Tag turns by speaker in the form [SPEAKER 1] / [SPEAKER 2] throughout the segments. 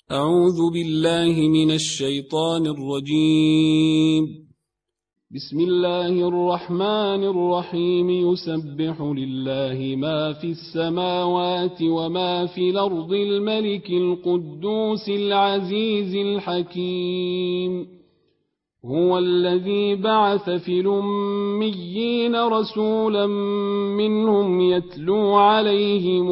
[SPEAKER 1] أعوذ بالله من الشيطان الرجيم. بسم الله الرحمن الرحيم. يسبح لله ما في السماوات وما في الأرض الملك القدوس العزيز الحكيم. هو الذي بعث في الأميين رسولا منهم يتلو عليهم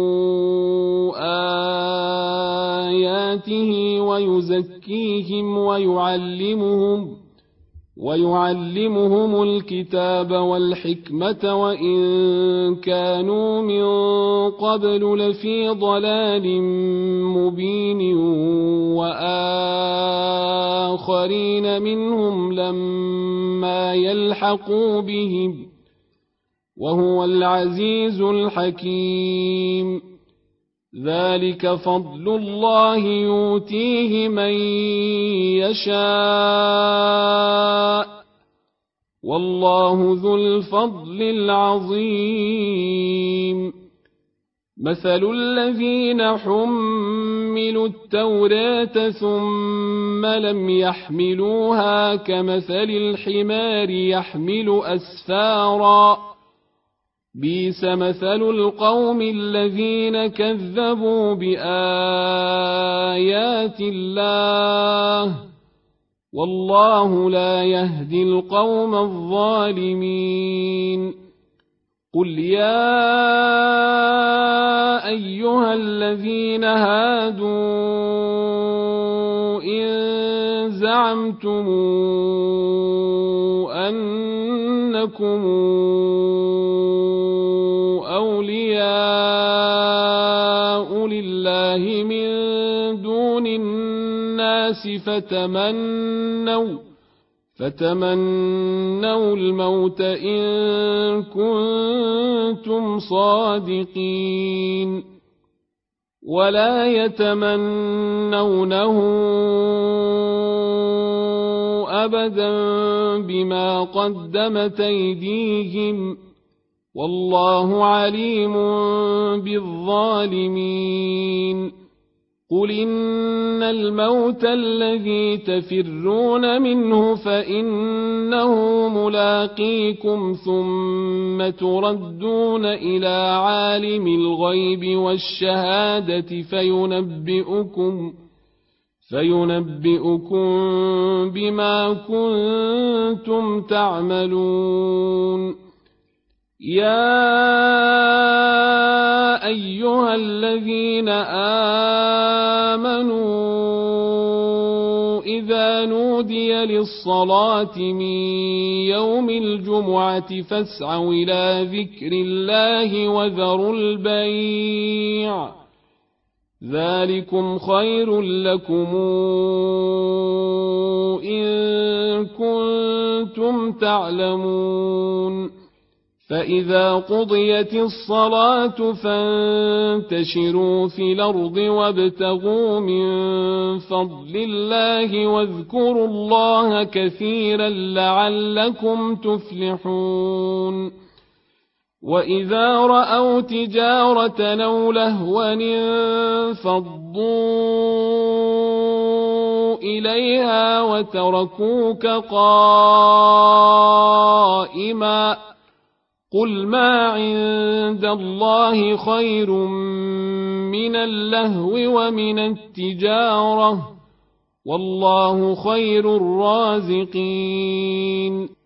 [SPEAKER 1] آياته ويزكيهم ويعلمهم الكتاب والحكمة وإن كانوا من قبل لفي ضلال مبين وآخرين منهم لما يلحقوا بهم وهو العزيز الحكيم. ذلك فضل الله يؤتيه من يشاء والله ذو الفضل العظيم. مثل الذين حملوا التوراة ثم لم يحملوها كمثل الحمار يحمل أسفارا بئس مثل القوم الذين كذبوا بآيات الله والله لا يهدي القوم الظالمين. قل يا أيها الذين هادوا إن زعمتم أنكم أولياء لله من دون الناس فتمنوا الموت إن كنتم صادقين ولا يتمنونه أبدا بما قدمت أيديهم والله عليم بالظالمين. قل إن الموت الذي تفرون منه فإنه ملاقيكم ثم تردون إلى عالم الغيب والشهادة فينبئكم بما كنتم تعملون. يا أيها الذين آمنوا إذا نودي للصلاة من يوم الجمعة فاسعوا إلى ذكر الله وذروا البيع ذلكم خير لكم إن كنتم تعلمون. فإذا قضيت الصلاة فانتشروا في الأرض وابتغوا من فضل الله واذكروا الله كثيرا لعلكم تفلحون. وإذا رأوا تجارة أو لهوا انفضوا إليها وتركوك قائما قل ما عند الله خير من اللهو ومن التجارة والله خير الرازقين.